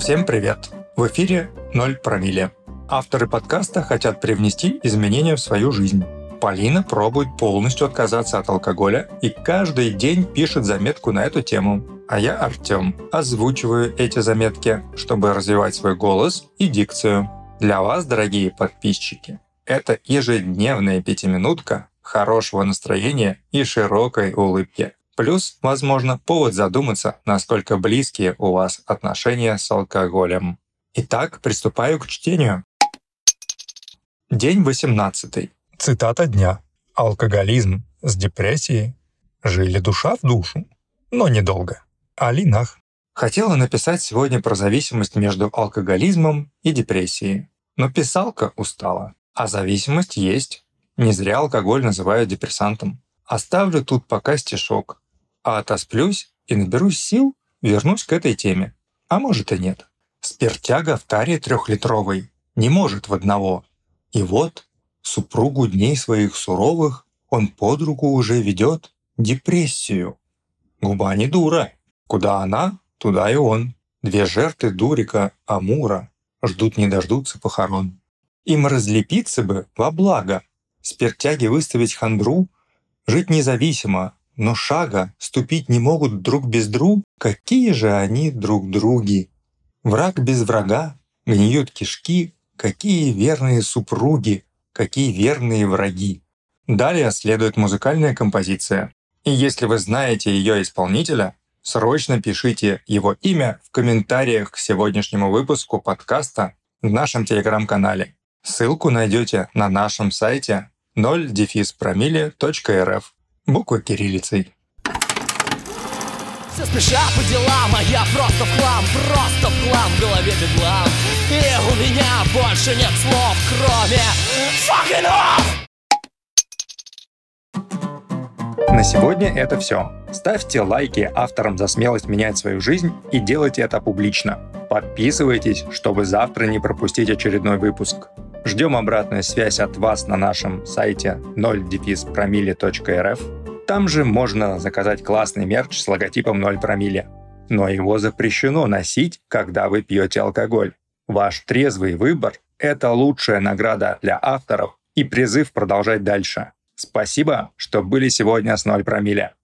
Всем привет! В эфире 0 промилле. Авторы подкаста хотят привнести изменения в свою жизнь. Полина пробует полностью отказаться от алкоголя и каждый день пишет заметку на эту тему. А я, Артем, озвучиваю эти заметки, чтобы развивать свой голос и дикцию. Для вас, дорогие подписчики, это ежедневная пятиминутка хорошего настроения и широкой улыбки. Плюс, возможно, повод задуматься, насколько близкие у вас отношения с алкоголем. Итак, приступаю к чтению. День 18. Цитата дня. Алкоголизм с депрессией жили душа в душу, но недолго. Али Нах. Хотела написать сегодня про зависимость между алкоголизмом и депрессией, но писалка устала. А зависимость есть. Не зря алкоголь называют депрессантом. Оставлю тут пока стишок. А отосплюсь и наберусь сил, вернусь к этой теме. А может и нет. Спиртяга в таре 3-литровой не может в одного. И вот супругу дней своих суровых он под руку уже ведет депрессию. Губа не дура. Куда она, туда и он. Две жертвы дурика Амура ждут не дождутся похорон. Им разлепиться бы во благо. Спиртяги выставить хандру, жить независимо, но шага ступить не могут друг без друга. Какие же они друг други? Враг без врага, гниют кишки, какие верные супруги, какие верные враги. Далее следует музыкальная композиция. И если вы знаете ее исполнителя, срочно пишите его имя в комментариях к сегодняшнему выпуску подкаста в нашем телеграм-канале. Ссылку найдете на нашем сайте 0-промилле.рф. Буквы кириллицей. Все спешат по делам, а я просто в хлам, в голове бедлам. И у меня больше нет слов, кроме fucking off! На сегодня это все. Ставьте лайки авторам за смелость менять свою жизнь и делайте это публично. Подписывайтесь, чтобы завтра не пропустить очередной выпуск. Ждем обратную связь от вас на нашем сайте 0-промилле.рф. Там же можно заказать классный мерч с логотипом 0 промилле. Но его запрещено носить, когда вы пьете алкоголь. Ваш трезвый выбор – это лучшая награда для авторов и призыв продолжать дальше. Спасибо, что были сегодня с 0 промилле.